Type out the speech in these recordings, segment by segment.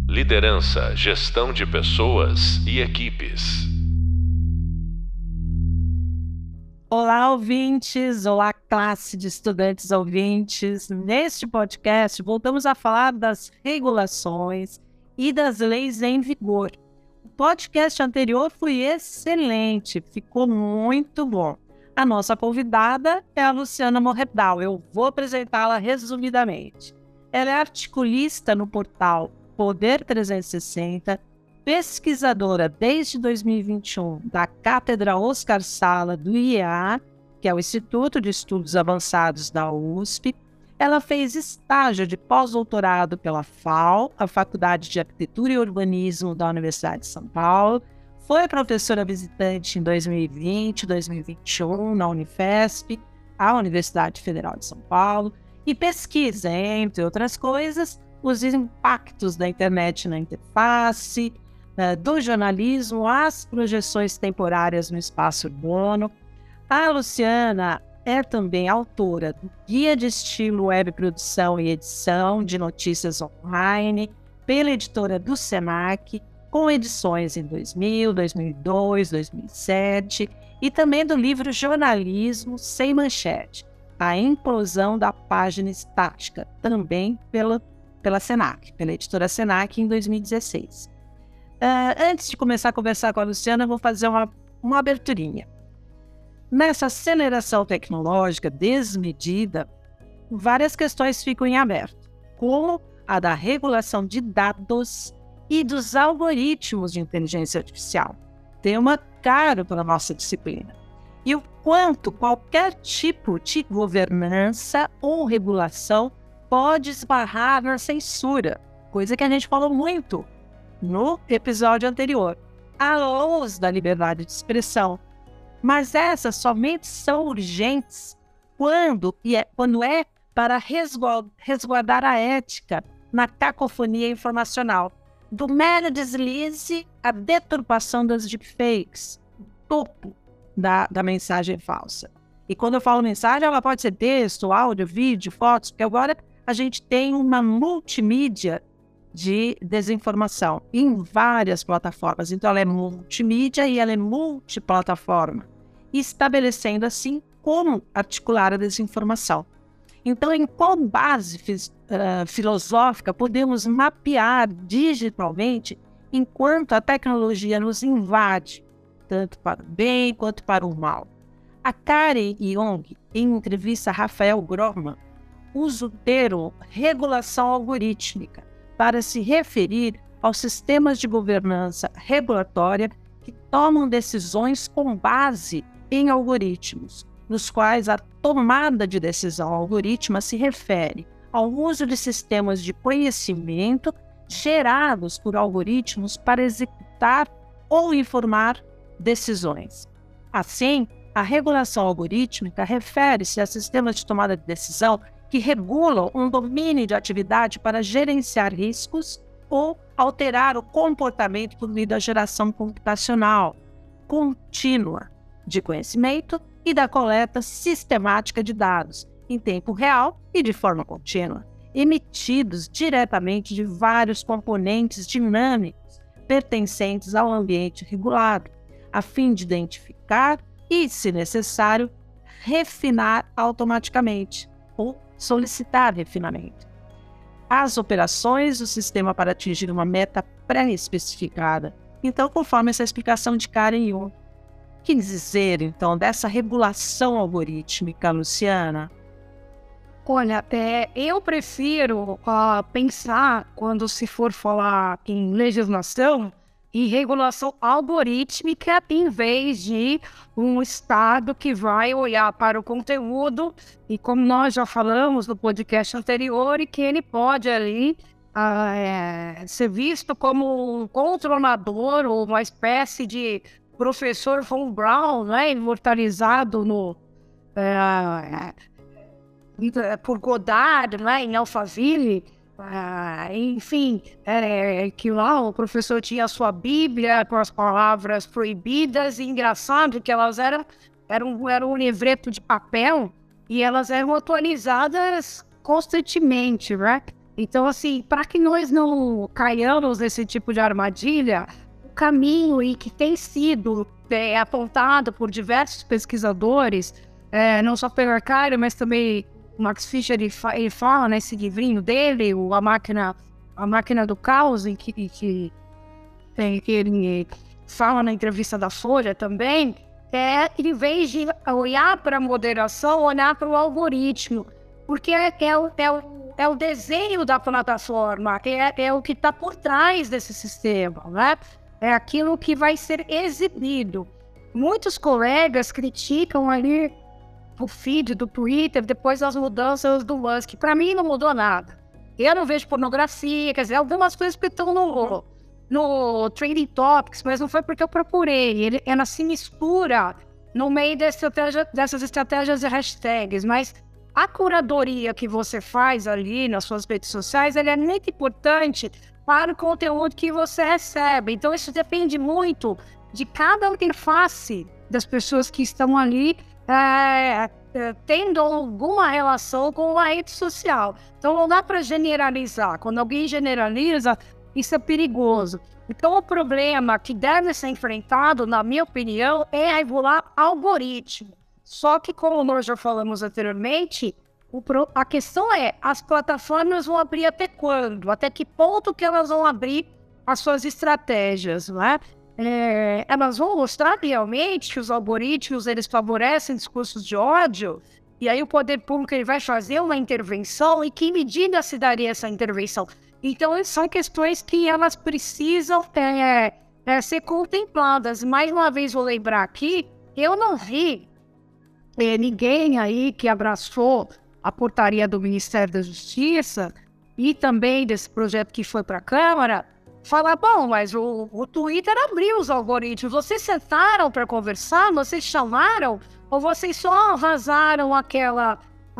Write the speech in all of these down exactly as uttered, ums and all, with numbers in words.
Liderança, gestão de pessoas e equipes. Olá, ouvintes! Olá, classe de estudantes ouvintes! Neste podcast, voltamos a falar das regulações e das leis em vigor. O podcast anterior foi excelente, ficou muito bom. A nossa convidada é a Luciana Morredal. Eu vou apresentá-la resumidamente. Ela é articulista no portal Poder trezentos e sessenta, pesquisadora desde dois mil e vinte e um da Cátedra Oscar Sala do I E A, que é o Instituto de Estudos Avançados da U S P. Ela fez estágio de pós-doutorado pela F A U, a Faculdade de Arquitetura e Urbanismo da Universidade de São Paulo. Foi professora visitante em dois mil e vinte, dois mil e vinte e um na Unifesp, a Universidade Federal de São Paulo, e pesquisa, entre outras coisas, os impactos da internet na interface, do jornalismo às projeções temporárias no espaço urbano. A Luciana é também autora do Guia de Estilo, Web Produção e Edição de Notícias Online, pela editora do Senac, com edições em dois mil, dois mil e dois, dois mil e sete, e também do livro Jornalismo Sem Manchete, A Implosão da Página Estática, também pela, pela Senac, pela editora Senac, em dois mil e dezesseis. Uh, antes de começar a conversar com a Luciana, eu vou fazer uma, uma aberturinha. Nessa aceleração tecnológica desmedida, várias questões ficam em aberto, como a da regulação de dados e dos algoritmos de inteligência artificial, tema caro para a nossa disciplina, e o quanto qualquer tipo de governança ou regulação pode esbarrar na censura, coisa que a gente falou muito no episódio anterior, à luz da liberdade de expressão. Mas essas somente são urgentes quando, e é, quando é para resguardar a ética na cacofonia informacional, do mero deslize à deturpação das deepfakes, o topo da, da mensagem falsa. E quando eu falo mensagem, ela pode ser texto, áudio, vídeo, fotos, porque agora a gente tem uma multimídia de desinformação em várias plataformas. Então, ela é multimídia e ela é multiplataforma, estabelecendo assim como articular a desinformação. Então, em qual base uh, filosófica podemos mapear digitalmente enquanto a tecnologia nos invade, tanto para o bem quanto para o mal? A Karen Young, em entrevista a Rafael Grohmann, usa o termo regulação algorítmica para se referir aos sistemas de governança regulatória que tomam decisões com base em algoritmos, nos quais a tomada de decisão algorítmica se refere ao uso de sistemas de conhecimento gerados por algoritmos para executar ou informar decisões. Assim, a regulação algorítmica refere-se a sistemas de tomada de decisão que regulam um domínio de atividade para gerenciar riscos ou alterar o comportamento por meio da geração computacional contínua de conhecimento e da coleta sistemática de dados em tempo real e de forma contínua, emitidos diretamente de vários componentes dinâmicos pertencentes ao ambiente regulado, a fim de identificar e, se necessário, refinar automaticamente ou solicitar refinamento as operações do sistema para atingir uma meta pré-especificada. Então, conforme essa explicação de Karen Young, o que dizer, então, dessa regulação algorítmica, Luciana? Olha, é, eu prefiro uh, pensar, quando se for falar em legislação, e regulação algorítmica em vez de um Estado que vai olhar para o conteúdo e, como nós já falamos no podcast anterior, e que ele pode ali ah, é, ser visto como um controlador ou uma espécie de professor Von Braun, né, imortalizado no, é, é, por Godard, né, em Alphaville. Ah, enfim, é, que lá o professor tinha a sua Bíblia com as palavras proibidas, e engraçado que elas eram, eram, eram um livreto de papel e elas eram atualizadas constantemente, né? Então, assim, para que nós não caiamos nesse tipo de armadilha, o caminho e que tem sido é, apontado por diversos pesquisadores, é, não só pelo Arcário, mas também o Max Fischer, ele, fa ele fala nesse livrinho dele, o, a, máquina, a Máquina do Caos, em que, que, em que ele fala na entrevista da Folha também, é, em vez de olhar para a moderação, olhar para o algoritmo, porque é, é, o, é, o, é o desenho da plataforma, é, é o que está por trás desse sistema, né? É aquilo que vai ser exibido. Muitos colegas criticam ali o feed do Twitter depois das mudanças do Musk. Para mim não mudou nada. Eu não vejo pornografia, quer dizer, algumas coisas que estão no, no Trending Topics, mas não foi porque eu procurei. Ele, ela se mistura no meio da estratégia, dessas estratégias e hashtags, mas a curadoria que você faz ali nas suas redes sociais, ela é muito importante para o conteúdo que você recebe. Então isso depende muito de cada interface das pessoas que estão ali é, é, tendo alguma relação com a rede social. Então não dá para generalizar. Quando alguém generaliza, isso é perigoso. Então o problema que deve ser enfrentado, na minha opinião, é regular algoritmo. Só que, como nós já falamos anteriormente, o pro... a questão é, as plataformas vão abrir até quando? Até que ponto que elas vão abrir as suas estratégias, né? É... Elas vão mostrar realmente que os algoritmos, eles favorecem discursos de ódio, e aí o poder público ele vai fazer uma intervenção, e que medida se daria essa intervenção? Então, são questões que elas precisam é, é, ser contempladas. Mais uma vez, vou lembrar aqui, eu não vi é, ninguém aí que abraçou a portaria do Ministério da Justiça e também desse projeto que foi para a Câmara, falar, bom, mas o, o Twitter abriu os algoritmos, vocês sentaram para conversar, vocês chamaram, ou vocês só vazaram aquela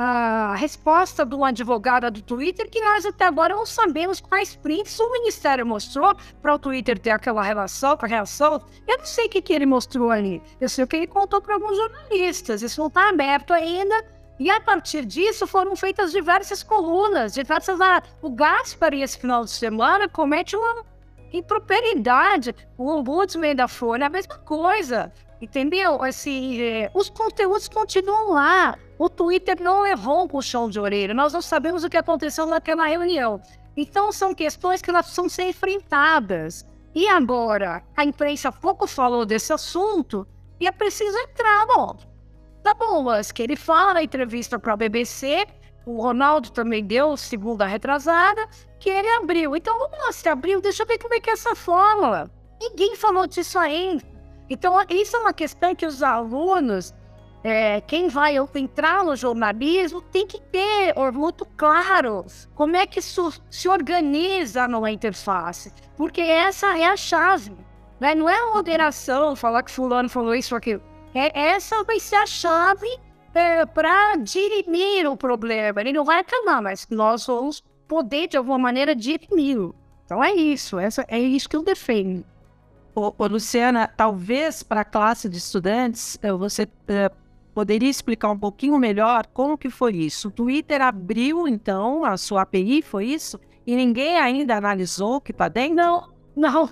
a resposta de uma advogada do Twitter que nós até agora não sabemos quais prints o Ministério mostrou para o Twitter ter aquela relação, com a reação. Eu não sei o que, que ele mostrou ali, eu sei o que ele contou para alguns jornalistas, isso não está aberto ainda. E a partir disso foram feitas diversas colunas, diversas... Ah, o Gaspari, esse final de semana, comete uma impropriedade. O ombudsman da Folha, a mesma coisa, entendeu? Assim, é, os conteúdos continuam lá. O Twitter não errou um puxão de orelha. Nós não sabemos o que aconteceu naquela reunião. Então, são questões que elas precisam ser enfrentadas. E agora, a imprensa pouco falou desse assunto e é preciso entrar, bom. Tá bom, Musk, ele fala na entrevista para a B B C, o Ronaldo também deu, segunda retrasada, que ele abriu. Então, vamos lá, se abriu, deixa eu ver como é que é essa fórmula. Ninguém falou disso ainda. Então, isso é uma questão que os alunos, é, quem vai entrar no jornalismo, tem que ter muito claro como é que isso se organiza numa interface. Porque essa é a chave, né? Não é a moderação, falar que fulano falou isso ou aquilo. É, essa vai ser a chave é, para dirimir o problema. Ele não vai acabar, mas nós vamos poder, de alguma maneira, dirimi-lo. Então é isso, essa, é isso que eu defendo. Ô, ô, Luciana, talvez para a classe de estudantes, você é, poderia explicar um pouquinho melhor como que foi isso. O Twitter abriu, então, a sua A P I, foi isso? E ninguém ainda analisou o que está dentro? Não, não.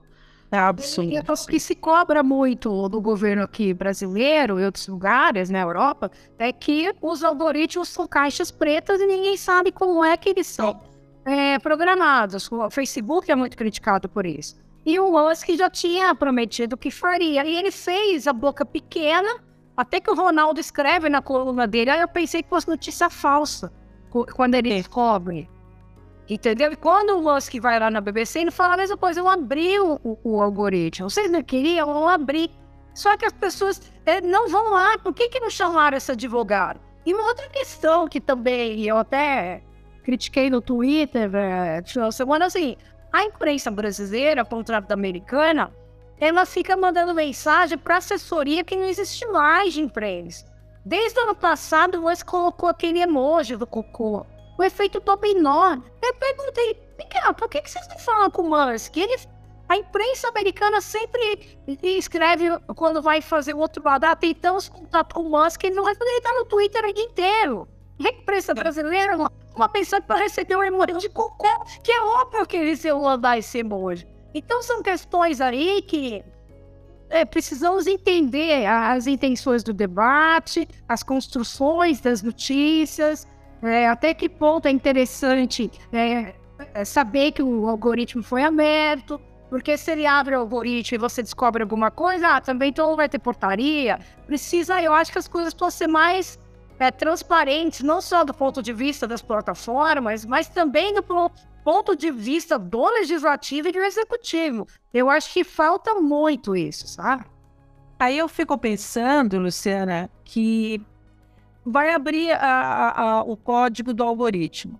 É absurdo. O que se cobra muito do governo aqui brasileiro e outros lugares, na Europa, é que os algoritmos são caixas pretas e ninguém sabe como é que eles são é, programados. O Facebook é muito criticado por isso. E o Musk já tinha prometido que faria. E ele fez a boca pequena, até que o Ronaldo escreve na coluna dele. Aí eu pensei que fosse notícia falsa, quando ele descobre. Entendeu? E quando o Musk vai lá na B B C, ele fala a mesma coisa, eu abri o, o, o algoritmo. Vocês não queriam, eu abri. Só que as pessoas é, não vão lá. Por que, que não chamaram esse advogado? E uma outra questão que também eu até critiquei no Twitter, é, semana assim, a imprensa brasileira, ao contrário da americana, ela fica mandando mensagem para assessoria que não existe mais de imprensa. Desde o ano passado, o Musk colocou aquele emoji do cocô. O efeito dominó. Eu perguntei, por que, que vocês não falam com o Musk? Ele, a imprensa americana sempre escreve quando vai fazer o outro lado. Ah, tentamos contato com o Musk, ele não vai poder estar no Twitter o dia inteiro. E a imprensa brasileira uma pessoa para receber um emoji de cocô, que é óbvio que eles iam mandar esse emoji. Então são questões aí que é, precisamos entender as intenções do debate, as construções das notícias, é, até que ponto é interessante é, é saber que o algoritmo foi aberto, porque se ele abre o algoritmo e você descobre alguma coisa, ah, também então vai ter portaria. Precisa, eu acho que as coisas precisam ser mais é, transparentes, não só do ponto de vista das plataformas, mas também do ponto de vista do legislativo e do executivo. Eu acho que falta muito isso, sabe? Aí eu fico pensando, Luciana, que vai abrir a, a, a, o código do algoritmo.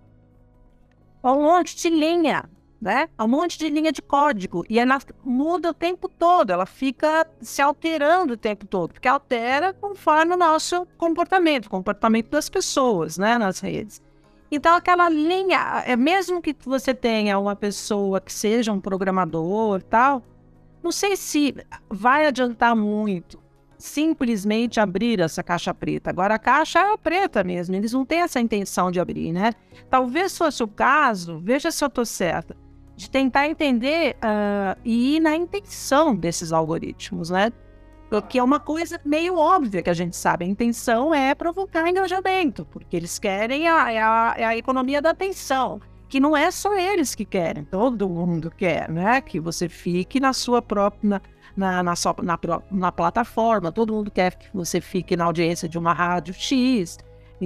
Um monte de linha, né? Um monte de linha de código. E ela muda o tempo todo, ela fica se alterando o tempo todo, porque altera conforme o nosso comportamento, o comportamento das pessoas, né, nas redes. Então, aquela linha, é mesmo que você tenha uma pessoa que seja um programador e tal, não sei se vai adiantar muito simplesmente abrir essa caixa preta. Agora, a caixa é preta mesmo, eles não têm essa intenção de abrir, né? Talvez fosse o caso, veja se eu estou certa, de tentar entender uh, e ir na intenção desses algoritmos, né? Que é uma coisa meio óbvia que a gente sabe. A intenção é provocar engajamento, porque eles querem a, a, a economia da atenção, que não é só eles que querem, todo mundo quer, né? Que você fique na sua própria... Na, Na, na, na, na plataforma, todo mundo quer que você fique na audiência de uma rádio X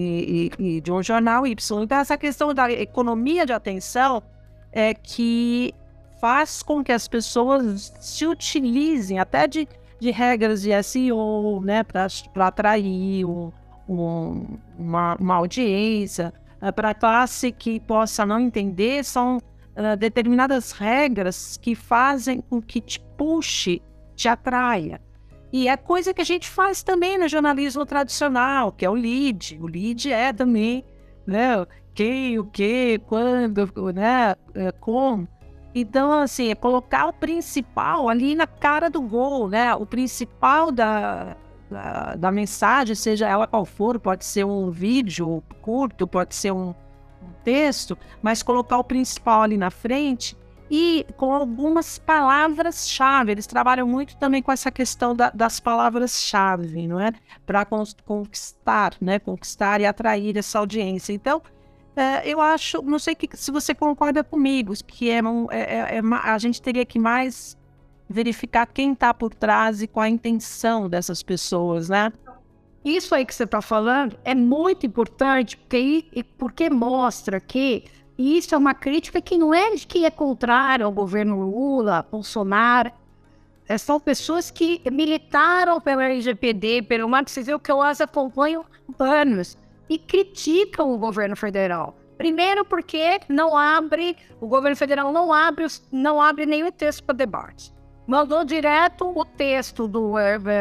e, e, e de um jornal Y. Então, essa questão da economia de atenção é que faz com que as pessoas se utilizem até de, de regras de S E O, né, para atrair um, um, uma, uma audiência, para a classe que possa não entender, são uh, determinadas regras que fazem com que te puxe, te atraia. E é coisa que a gente faz também no jornalismo tradicional, que é o lead. O lead é também, né, quem, o que, quando, né, como. Então, assim, é colocar o principal ali na cara do gol, né, o principal da, da, da mensagem, seja ela qual for, pode ser um vídeo curto, pode ser um, um texto, mas colocar o principal ali na frente e com algumas palavras-chave. Eles trabalham muito também com essa questão da, das palavras-chave, não é? Para conquistar, né? Conquistar e atrair essa audiência. Então, é, eu acho, não sei que, se você concorda comigo, que é, é, é, a gente teria que mais verificar quem está por trás e qual a intenção dessas pessoas, né? Isso aí que você está falando é muito importante, porque, porque mostra que e isso é uma crítica que não é de quem é contrário ao governo Lula, Bolsonaro. É, são pessoas que militaram pelo L G P D, pelo Marco Civil, que eu as acompanho há anos, e criticam o governo federal. Primeiro porque não abre, o governo federal não abre, não abre nenhum texto para debate. Mandou direto o texto do,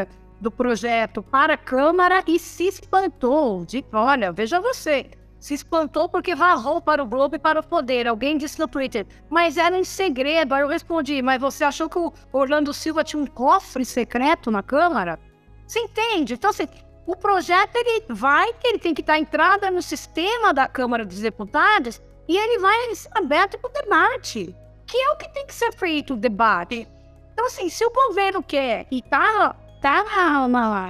do projeto para a Câmara e se espantou. De, olha, veja você... Se espantou porque vazou para o Globo e para o Poder. Alguém disse no Twitter, mas era em segredo. Aí eu respondi, mas você achou que o Orlando Silva tinha um cofre secreto na Câmara? Você entende? Então, assim, o projeto ele vai, ele tem que dar entrada no sistema da Câmara dos Deputados e ele vai ser aberto para o debate, que é o que tem que ser feito, o debate. Então, assim, se o governo quer e tá, tá na... na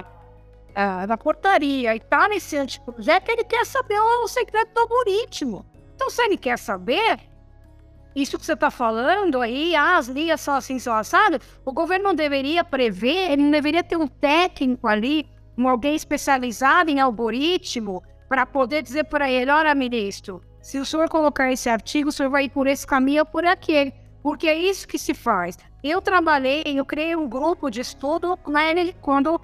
na portaria e tá nesse anteprojeto, ele quer saber o segredo do algoritmo. Então, se ele quer saber, isso que você está falando aí, ah, as linhas são assim, são assadas, o governo não deveria prever, ele não deveria ter um técnico ali, um alguém especializado em algoritmo, para poder dizer para ele, olha, ministro, se o senhor colocar esse artigo, o senhor vai ir por esse caminho ou por aquele, porque é isso que se faz. Eu trabalhei, eu criei um grupo de estudo na L, quando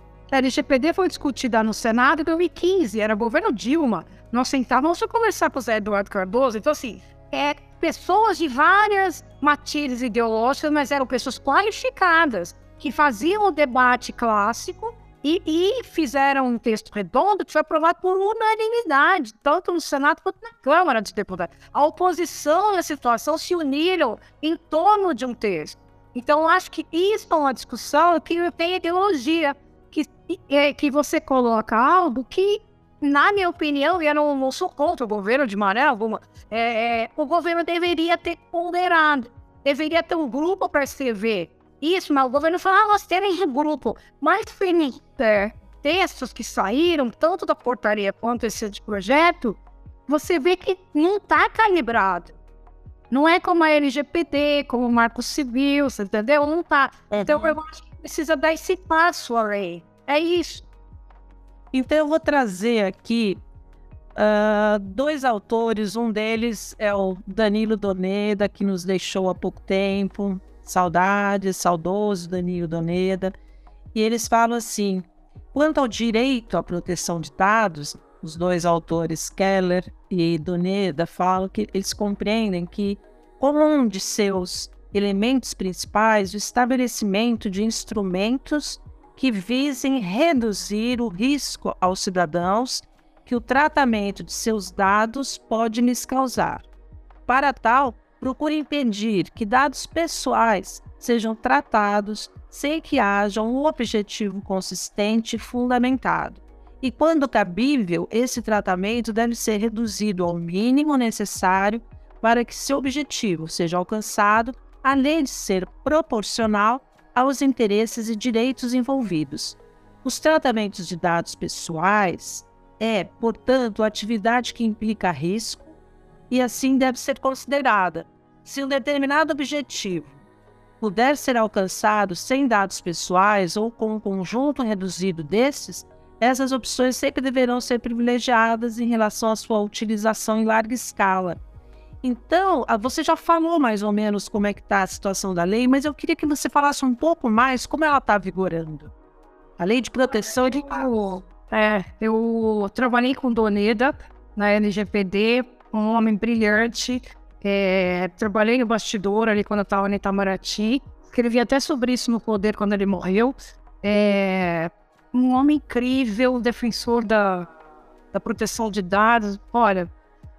a L G P D foi discutida no Senado em dois mil e quinze, era governo Dilma. Nós sentávamos para conversar com o Zé Eduardo Cardoso. Então, assim, é, pessoas de várias matizes ideológicas, mas eram pessoas qualificadas, que faziam o debate clássico e, e fizeram um texto redondo que foi aprovado por unanimidade, tanto no Senado quanto na Câmara dos Deputados. A oposição e a situação se uniram em torno de um texto. Então, acho que isso é uma discussão que tem ideologia. Que, é, que você coloca algo que na minha opinião, e eu não, não sou contra o governo de maneira alguma, é, é, o governo deveria ter ponderado, deveria ter um grupo para escrever isso, mas o governo fala, ah, nós temos um grupo, mas é, textos que saíram, tanto da portaria quanto esse de projeto, você vê que não está calibrado. Não é como a L G P D, como o Marco Civil, você entendeu? Não está. Uhum. Então, eu acho que precisa dar esse passo à lei. É isso. Então, eu vou trazer aqui uh, dois autores. Um deles é o Danilo Doneda, que nos deixou há pouco tempo. Saudades, saudoso Danilo Doneda. E eles falam assim, quanto ao direito à proteção de dados, os dois autores, Keller e Doneda, falam que eles compreendem que, como um de seus elementos principais, o estabelecimento de instrumentos que visem reduzir o risco aos cidadãos que o tratamento de seus dados pode lhes causar. Para tal, procure impedir que dados pessoais sejam tratados sem que haja um objetivo consistente e fundamentado. E, quando cabível, esse tratamento deve ser reduzido ao mínimo necessário para que seu objetivo seja alcançado, além de ser proporcional aos interesses e direitos envolvidos. Os tratamentos de dados pessoais é, portanto, atividade que implica risco e assim deve ser considerada. Se um determinado objetivo puder ser alcançado sem dados pessoais ou com um conjunto reduzido desses, essas opções sempre deverão ser privilegiadas em relação à sua utilização em larga escala. Então, você já falou mais ou menos como é que está a situação da lei, mas eu queria que você falasse um pouco mais como ela está vigorando. A Lei de Proteção de Dados. É, eu trabalhei com Doneda na L G P D, um homem brilhante. É, trabalhei no bastidor ali quando eu estava em Itamaraty. Escrevi até sobre isso no Poder quando ele morreu. É, um homem incrível, defensor da, da proteção de dados. Olha,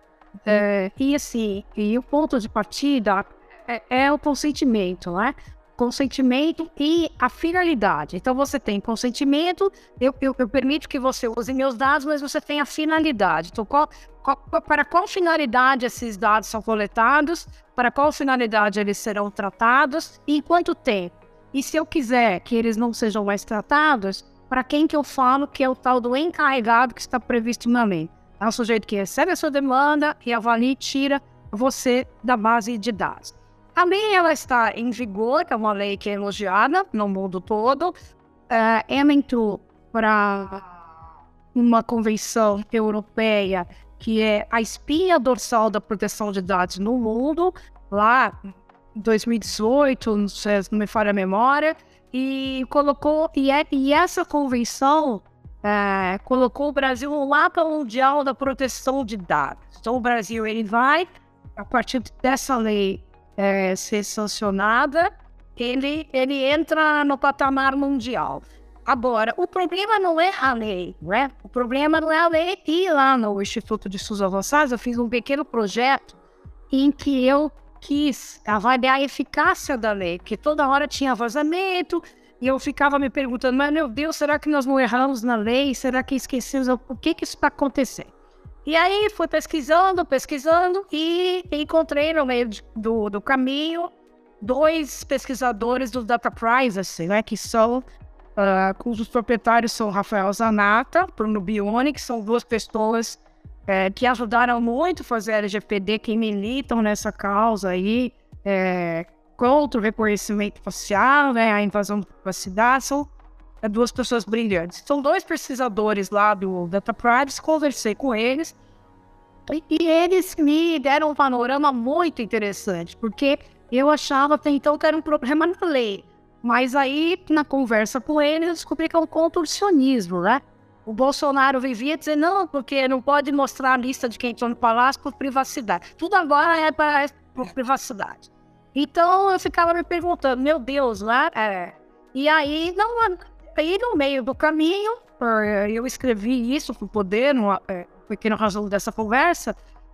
é, e assim, e o ponto de partida é, é o consentimento, né? Consentimento e a finalidade. Então, você tem consentimento, eu, eu, eu permito que você use meus dados, mas você tem a finalidade. Então, qual, qual, para qual finalidade esses dados são coletados, para qual finalidade eles serão tratados e em quanto tempo. E se eu quiser que eles não sejam mais tratados, para quem que eu falo que é o tal do encarregado que está previsto na lei? É o sujeito que recebe a sua demanda e avalia e tira você da base de dados. A lei ela está em vigor, é uma lei que é elogiada no mundo todo. Uh, ela entrou para uma convenção europeia que é a espinha dorsal da proteção de dados no mundo, lá em dois mil e dezoito, não sei se não me falha a memória, e colocou e, é, e essa convenção uh, colocou o Brasil no mapa mundial da proteção de dados. Então o Brasil ele vai, a partir dessa lei É, ser sancionada, ele, ele entra no patamar mundial. Agora, o problema não é a lei, né? O problema não é a lei. E lá no Instituto de Estudos Avançados, eu fiz um pequeno projeto em que eu quis avaliar a eficácia da lei, porque toda hora tinha vazamento, e eu ficava me perguntando, mas meu Deus, será que nós não erramos na lei? Será que esquecemos? O que que isso está acontecendo? E aí fui pesquisando, pesquisando e encontrei no meio de, do, do caminho dois pesquisadores do Data Privacy, né, que são, uh, cujos proprietários são Rafael Zanata, Bruno Bione, que são duas pessoas é, que ajudaram muito a fazer a L G P D, que militam nessa causa aí, é, contra o reconhecimento facial, né, a invasão da privacidade, são é, duas pessoas brilhantes. São dois pesquisadores lá do Data Privacy, conversei com eles, e, e eles me deram um panorama muito interessante, porque eu achava até então que era um problema na lei, mas aí, na conversa com eles, eu descobri que é um contorcionismo, né? O Bolsonaro vivia dizendo, não, porque não pode mostrar a lista de quem entrou no palácio por privacidade. Tudo agora é para é por privacidade. Então, eu ficava me perguntando, meu Deus, né? É. E aí, não, aí, no meio do caminho, eu escrevi isso para o Poder, numa é, pequena razão dessa conversa.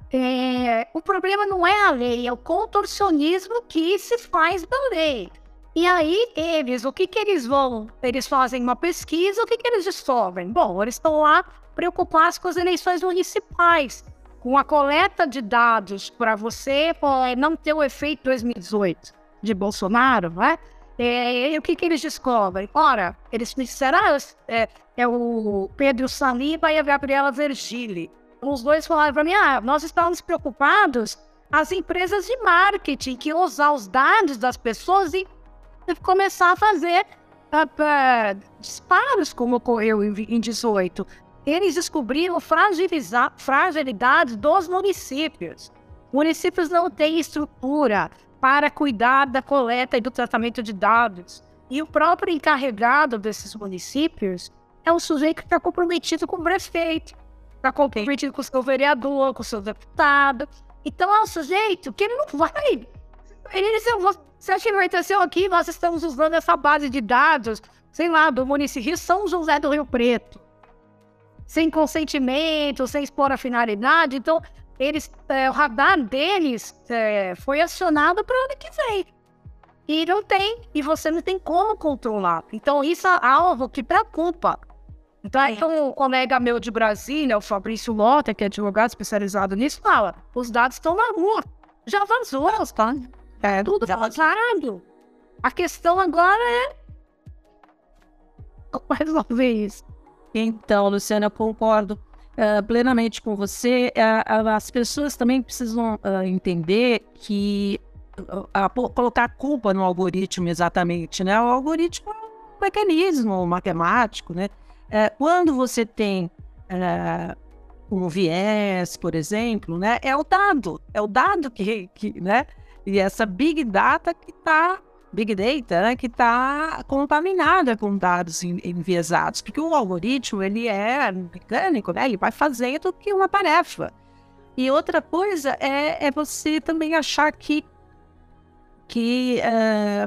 É, o problema não é a lei, é o contorcionismo que se faz da lei. E aí, eles, o que que eles vão? Eles fazem uma pesquisa, o que que eles descobrem? Bom, eles estão lá preocupasse com as eleições municipais, com a coleta de dados para você é, não ter o efeito dois mil e dezoito de Bolsonaro, né? É, e o que, que eles descobrem? Ora, eles disseram, ah, é, é o Pedro Saliba e a Gabriela Vergili. Os dois falaram para mim, ah, nós estávamos preocupados as empresas de marketing que iam usar os dados das pessoas e começar a fazer uh, uh, disparos, como ocorreu em, em dezoito. Eles descobriram fragilidades dos municípios. Municípios não têm estrutura para cuidar da coleta e do tratamento de dados. E o próprio encarregado desses municípios é um sujeito que está comprometido com o prefeito, está comprometido com o seu vereador, com o seu deputado. Então é um sujeito que ele não vai... Ele diz, você acha que vai ter assim, aqui nós estamos usando essa base de dados, sei lá, do município Rio São José do Rio Preto, sem consentimento, sem expor a finalidade. Então, eles, é, o radar deles é, foi acionado para o ano que vem. E não tem, e você não tem como controlar. Então, isso é algo que preocupa. Então, aí, um colega meu de Brasília, o Fabrício Lota, que é advogado especializado nisso, fala, os dados estão na rua. Já vazou, tá? É, tudo vazado. A questão agora é como resolver isso. Então, Luciana, eu concordo uh, plenamente com você. Uh, as pessoas também precisam uh, entender que uh, colocar culpa no algoritmo exatamente, né? O algoritmo é um mecanismo matemático, né? Uh, quando você tem uh, um viés, por exemplo, né? É o dado, é o dado que, que né? E essa Big Data que está, Big Data, né? Que está contaminada com dados enviesados, porque o algoritmo, ele é mecânico, né? Ele vai fazendo que uma tarefa. E outra coisa é, é você também achar que, que é,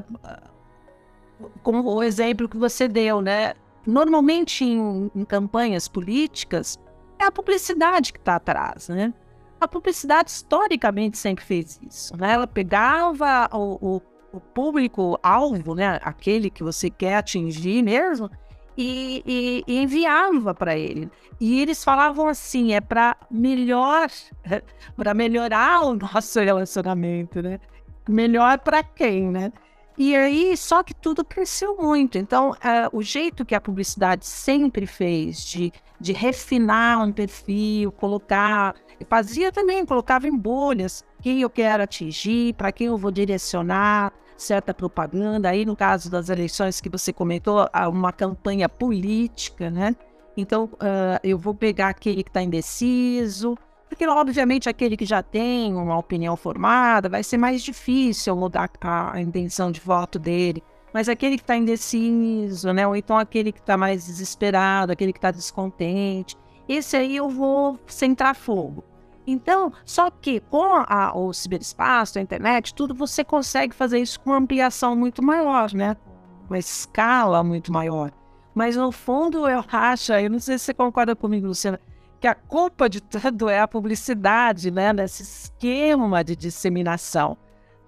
como o exemplo que você deu, né? Normalmente em, em campanhas políticas, é a publicidade que está atrás, né? A publicidade historicamente sempre fez isso, né? Ela pegava o, o, o público-alvo, né? Aquele que você quer atingir mesmo, e, e, e enviava para ele. E eles falavam assim, é para melhor, para melhorar o nosso relacionamento, né? Melhor para quem, né? E aí, só que tudo cresceu muito. Então, uh, o jeito que a publicidade sempre fez de, de refinar um perfil, colocar... Fazia também, colocava em bolhas quem eu quero atingir, para quem eu vou direcionar certa propaganda. Aí, no caso das eleições que você comentou, uma campanha política, né? Então, uh, eu vou pegar aquele que está indeciso, porque, obviamente, aquele que já tem uma opinião formada, vai ser mais difícil mudar a, a intenção de voto dele. Mas aquele que está indeciso, né? Ou então aquele que está mais desesperado, aquele que está descontente, esse aí eu vou centrar fogo. Então, só que com a, o ciberespaço, a internet, tudo, você consegue fazer isso com uma ampliação muito maior, né? Uma escala muito maior. Mas, no fundo, eu acho, eu não sei se você concorda comigo, Luciana, que a culpa de tudo é a publicidade, né? Nesse esquema de disseminação.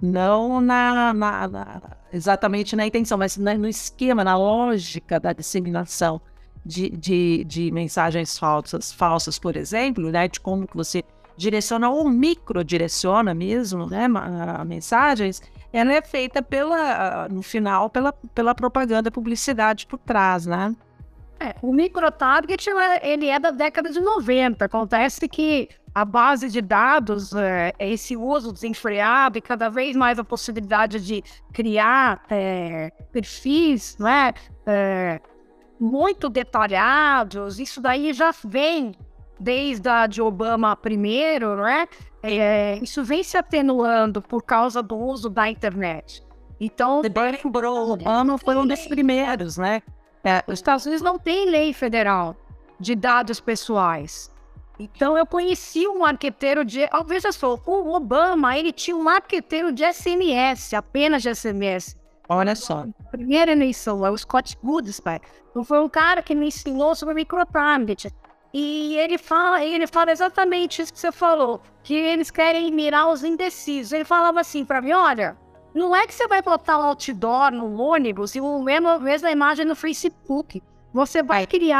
Não na, na, na, exatamente na intenção, mas no esquema, na lógica da disseminação de, de, de mensagens falsas, falsas, por exemplo, né? De como que você direciona ou microdireciona mesmo, né? A, a mensagens, ela é feita pela, no final, pela, pela propaganda, publicidade por trás, né? É, o microtarget, ele é da década de noventa. Acontece que a base de dados, é, esse uso desenfreado e cada vez mais a possibilidade de criar é, perfis, né, é, muito detalhados, isso daí já vem desde a de Obama primeiro, né? É, isso vem se atenuando por causa do uso da internet. Então, lembrou, Obama foi um dos primeiros, né? É, os Estados Unidos não tem lei federal de dados pessoais. Então, eu conheci um marqueteiro de... Oh, veja só, o Obama, ele tinha um marqueteiro de S M S, apenas de S M S. Olha só. Primeira eleição, é o Scott Goodspy. Então, foi um cara que me ensinou sobre microtarget. E ele fala, ele fala exatamente isso que você falou, que eles querem mirar os indecisos. Ele falava assim para mim, olha... Não é que você vai botar um outdoor no ônibus e a mesma, mesma imagem no Facebook. Você vai criar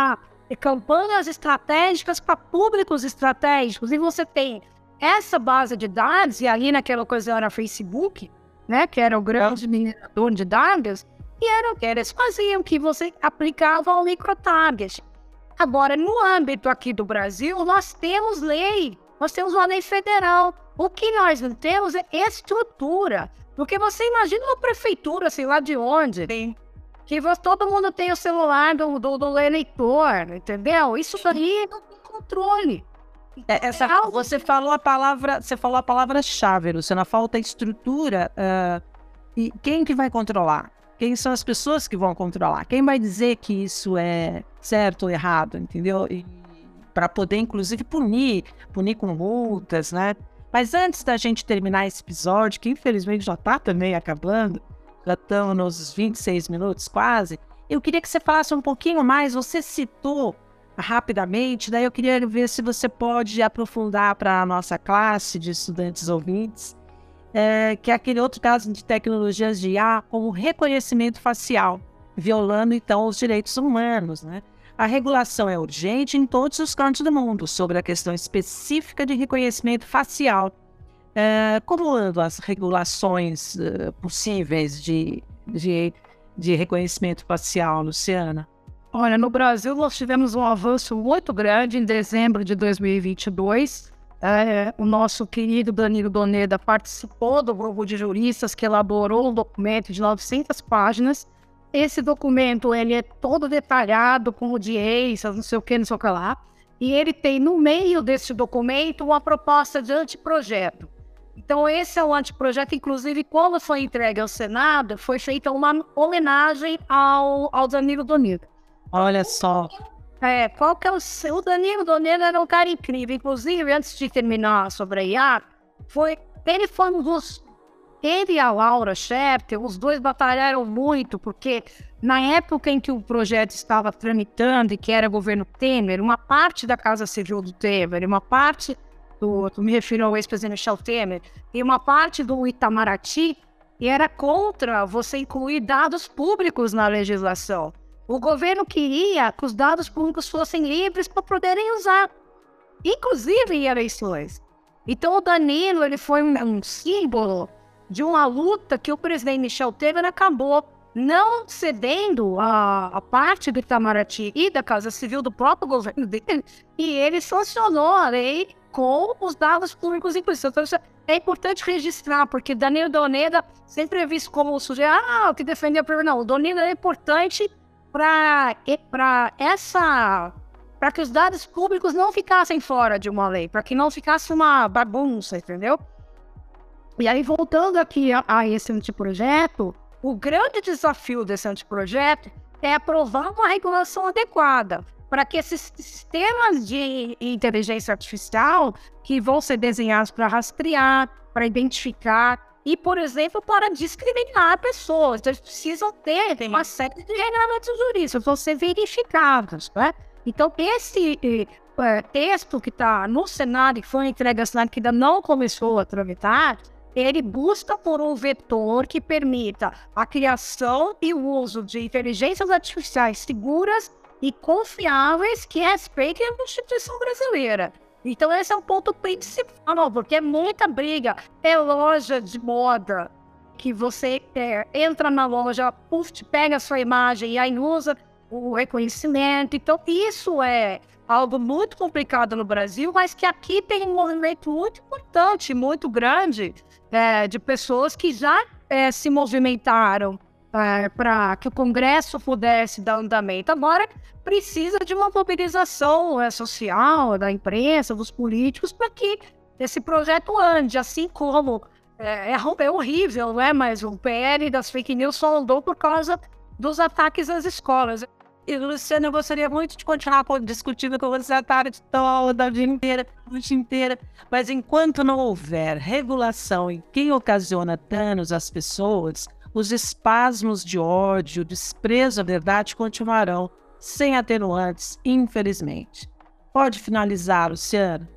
campanhas estratégicas para públicos estratégicos. E você tem essa base de dados, e ali naquela ocasião era Facebook, né, que era o grande minerador de dados, e era o que eles faziam, que você aplicava ao microtarget. Agora, no âmbito aqui do Brasil, nós temos lei, nós temos uma lei federal. O que nós não temos é estrutura. Porque você imagina uma prefeitura, sei lá de onde, Sim. que você, todo mundo tem o celular do, do, do eleitor, entendeu? Isso daí não tem controle. É, essa, é você falou a palavra, você falou a palavra-chave, Luciana, falta estrutura. Uh, e quem que vai controlar? Quem são as pessoas que vão controlar? Quem vai dizer que isso é certo ou errado, entendeu? E para poder, inclusive, punir, punir com multas, né? Mas antes da gente terminar esse episódio, que infelizmente já está também acabando, já estamos nos vinte e seis minutos quase, eu queria que você falasse um pouquinho mais. Você citou rapidamente, daí eu queria ver se você pode aprofundar para a nossa classe de estudantes ouvintes, É, que é aquele outro caso de tecnologias de I A, como reconhecimento facial, violando então os direitos humanos, né? A regulação é urgente em todos os cantos do mundo sobre a questão específica de reconhecimento facial. É, como andam as regulações uh, possíveis de, de, de reconhecimento facial, Luciana? Olha, no Brasil nós tivemos um avanço muito grande em dezembro de dois mil e vinte e dois. É, o nosso querido Danilo Doneda participou do grupo de juristas que elaborou um documento de novecentas páginas. Esse documento ele é todo detalhado, com audiências, não sei o que, não sei o que lá. E ele tem no meio desse documento uma proposta de anteprojeto. Então esse é o anteprojeto, inclusive quando foi entregue ao Senado, foi feita uma homenagem ao, ao Danilo Doneda. Olha só... É, qual que é o... O Danilo Doneda era um cara incrível. Inclusive, antes de terminar sobre a I A, foi... ele foi um dos... Ele e a Laura Schefter, os dois batalharam muito, porque na época em que o projeto estava tramitando, e que era governo Temer, uma parte da Casa Civil do Temer, uma parte do... Eu me refiro ao ex-presidente Michel Temer, e uma parte do Itamaraty, e era contra você incluir dados públicos na legislação. O governo queria que os dados públicos fossem livres para poderem usar, inclusive em eleições. Então o Danilo ele foi um, um símbolo de uma luta que o presidente Michel Temer acabou não cedendo a, a parte do Itamaraty e da Casa Civil do próprio governo dele, e ele sancionou a lei com os dados públicos inclusive. Então, isso é importante registrar, porque Danilo Doneda sempre é visto como o sujeito ah, que defendeu a primeira. Não, o Danilo é importante para essa para que os dados públicos não ficassem fora de uma lei, para que não ficasse uma bagunça, entendeu? E aí, voltando aqui a, a esse anteprojeto, o grande desafio desse anteprojeto é aprovar uma regulação adequada para que esses sistemas de inteligência artificial que vão ser desenhados para rastrear, para identificar e, por exemplo, para discriminar pessoas. Então, eles precisam ter uma série de regulamentos jurídicos, vão ser verificados, né? Então, esse é, texto que está no Senado, que foi entregue ao Senado, que ainda não começou a tramitar, ele busca por um vetor que permita a criação e o uso de inteligências artificiais seguras e confiáveis que respeitem a Constituição brasileira. Então esse é um ponto principal, porque é muita briga. É loja de moda que você é, entra na loja, puf, pega a sua imagem e aí usa o reconhecimento. Então isso é algo muito complicado no Brasil, mas que aqui tem um movimento muito importante, muito grande, é, de pessoas que já é, se movimentaram é, para que o Congresso pudesse dar andamento. Agora precisa de uma mobilização é, social, da imprensa, dos políticos, para que esse projeto ande, assim como é, é horrível, não é? Mas o P L das fake news só andou por causa dos ataques às escolas. E, Luciana, eu gostaria muito de continuar discutindo com você a tarde toda, a dia inteira, a noite inteira, mas enquanto não houver regulação em quem ocasiona danos às pessoas, os espasmos de ódio, desprezo à verdade continuarão, sem atenuantes, infelizmente. Pode finalizar, Luciana?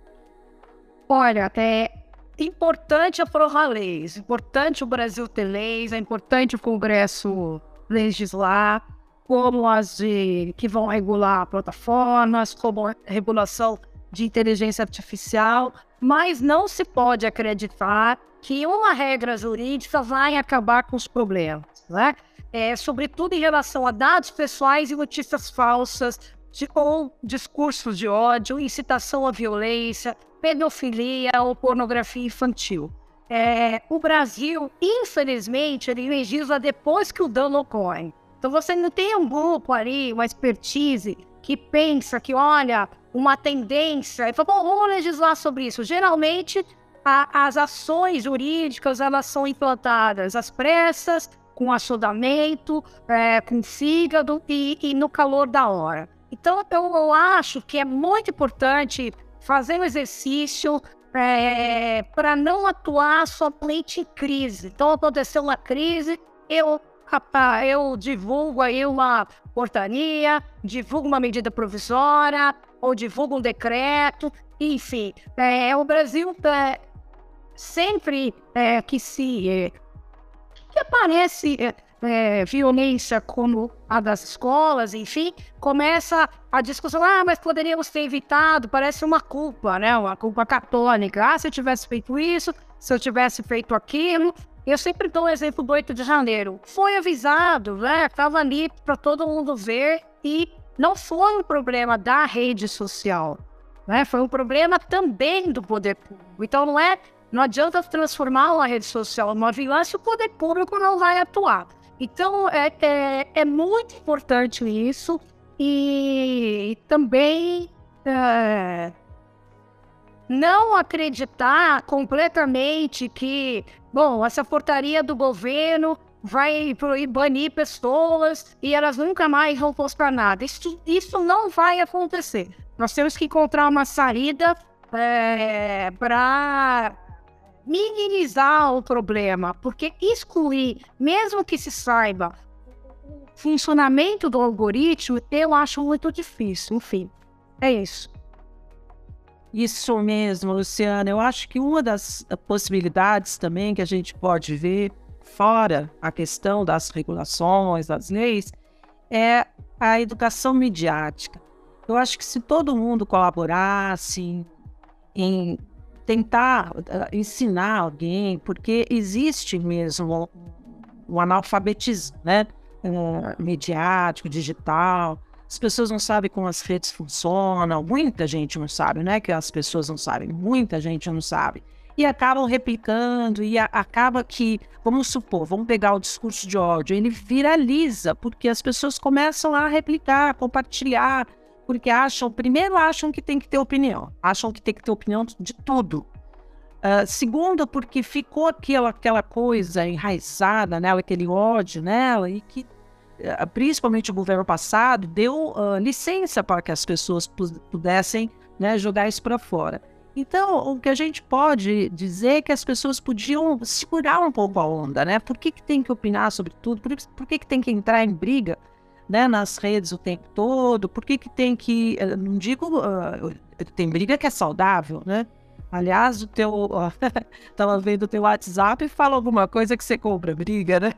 Olha, é importante aprovar leis, é importante o Brasil ter leis, é importante o Congresso legislar, como as de, que vão regular plataformas, como a regulação de inteligência artificial, mas não se pode acreditar que uma regra jurídica vai acabar com os problemas, né? É, sobretudo em relação a dados pessoais e notícias falsas, de, ou discursos de ódio, incitação à violência, pedofilia ou pornografia infantil. É, o Brasil, infelizmente, ele legisla depois que o dano ocorre. Então você não tem um grupo ali, uma expertise, que pensa que, olha, uma tendência, e fala, bom, vamos legislar sobre isso. Geralmente, a, as ações jurídicas, elas são implantadas às pressas, com assodamento, é, com fígado e, e no calor da hora. Então, eu, eu acho que é muito importante fazer um exercício é, para não atuar somente em crise. Então, aconteceu uma crise, eu, eu divulgo aí uma portaria, divulgo uma medida provisória, ou divulgo um decreto, enfim. É, o Brasil, é, sempre é, que se... É, que aparece é, é, violência como a das escolas, enfim, começa a discussão, ah, mas poderíamos ter evitado, parece uma culpa, né, uma culpa católica, ah, se eu tivesse feito isso, se eu tivesse feito aquilo. Eu sempre dou o exemplo do oito de janeiro, foi avisado, né, estava ali para todo mundo ver e não foi um problema da rede social, né, foi um problema também do poder público, então não é Não adianta transformar uma rede social numa vilã se o poder público não vai atuar. Então, é, é, é muito importante isso. E, e também é, não acreditar completamente que, bom, essa portaria do governo vai banir pessoas e elas nunca mais vão postar nada. Isso, isso não vai acontecer. Nós temos que encontrar uma saída é, para minimizar o problema, porque excluir, mesmo que se saiba o funcionamento do algoritmo, eu acho muito difícil. Enfim, é isso. Isso mesmo, Luciana. Eu acho que uma das possibilidades também que a gente pode ver, fora a questão das regulações, das leis, é a educação midiática. Eu acho que se todo mundo colaborasse em tentar uh, ensinar alguém, porque existe mesmo um, um analfabetismo, né? Uh, midiático, digital. As pessoas não sabem como as redes funcionam, muita gente não sabe, né? Que as pessoas não sabem, muita gente não sabe. E acabam replicando, e a, acaba que, vamos supor, vamos pegar o discurso de ódio, ele viraliza, porque as pessoas começam a replicar, compartilhar, porque acham, primeiro acham que tem que ter opinião, acham que tem que ter opinião de tudo. Uh, segundo, porque ficou aquela, aquela coisa enraizada nela, aquele ódio nela, e que, uh, principalmente o governo passado, deu uh, licença para que as pessoas pudessem, né, jogar isso para fora. Então, o que a gente pode dizer é que as pessoas podiam segurar um pouco a onda, né? Por que que tem que opinar sobre tudo? Por, por que que tem que entrar em briga, né, nas redes o tempo todo? Por que que tem que... Não digo... Uh, tem briga que é saudável, né? Aliás, o teu... Uh, tava vendo o teu WhatsApp e fala alguma coisa que você compra briga, né?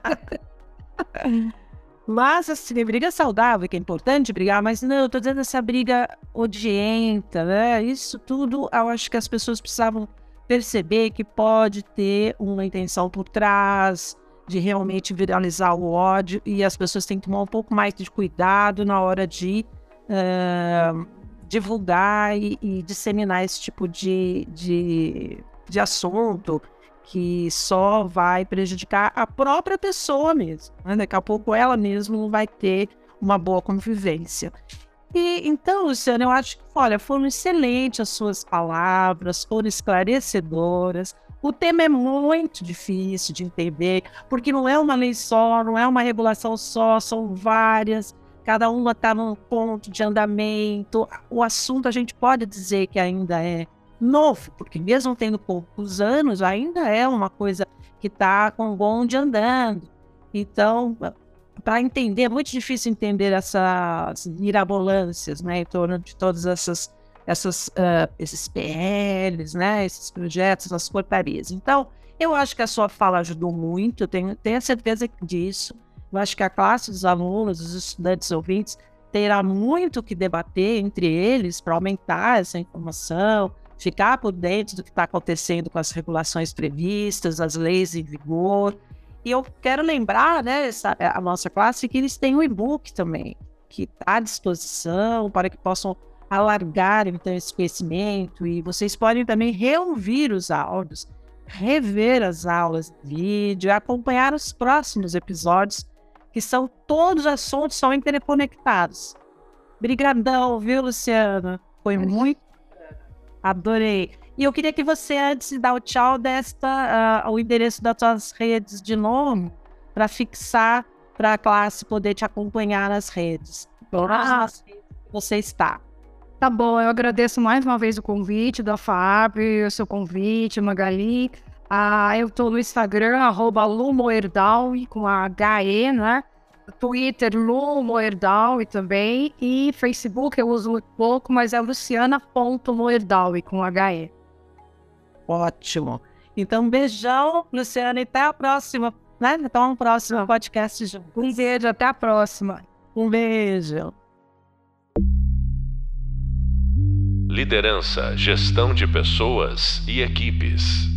Mas, assim, briga saudável, que é importante brigar, mas não, eu tô dizendo essa briga odienta, né? Isso tudo, eu acho que as pessoas precisavam perceber que pode ter uma intenção por trás, de realmente viralizar o ódio, e as pessoas têm que tomar um pouco mais de cuidado na hora de uh, divulgar e, e disseminar esse tipo de, de, de assunto, que só vai prejudicar a própria pessoa mesmo, né? Daqui a pouco ela mesma não vai ter uma boa convivência. E então, Luciana, eu acho que, olha, foram excelentes as suas palavras, foram esclarecedoras. O tema é muito difícil de entender, porque não é uma lei só, não é uma regulação só, são várias, cada uma está num ponto de andamento. O assunto a gente pode dizer que ainda é novo, porque mesmo tendo poucos anos, ainda é uma coisa que está com o bonde andando. Então, para entender, é muito difícil entender essas mirabolâncias, né, em torno de todas essas, essas uh, esses P Ls, né, esses projetos, essas portarias. Então, eu acho que a sua fala ajudou muito, eu tenho, tenho certeza disso. Eu acho que a classe dos alunos, os estudantes ouvintes, terá muito que debater entre eles para aumentar essa informação, ficar por dentro do que está acontecendo com as regulações previstas, as leis em vigor. E eu quero lembrar, né, essa, a nossa classe, que eles têm um e-book também, que está à disposição para que possam alargar então esse conhecimento, e vocês podem também reouvir os áudios, rever as aulas de vídeo, acompanhar os próximos episódios, que são todos os assuntos são interconectados. Brigadão, viu, Luciana? Foi muito... Adorei. E eu queria que você, antes de dar o tchau, desta, uh, o endereço das suas redes de novo, para fixar, para a classe poder te acompanhar nas redes. Ah. Nas redes que você está. Tá bom, eu agradeço mais uma vez o convite da F A B, o seu convite, Magali. Ah, eu estou no Instagram, arroba lumoerdaui, com a H E, né? Twitter, lumoerdaui também. E Facebook eu uso muito pouco, mas é luciana ponto moerdaui, com H E. Ótimo. Então, um beijão, Luciana, e até a próxima, né? Então, um próximo podcast junto. Um beijo, até a próxima. Um beijo. Liderança, gestão de pessoas e equipes.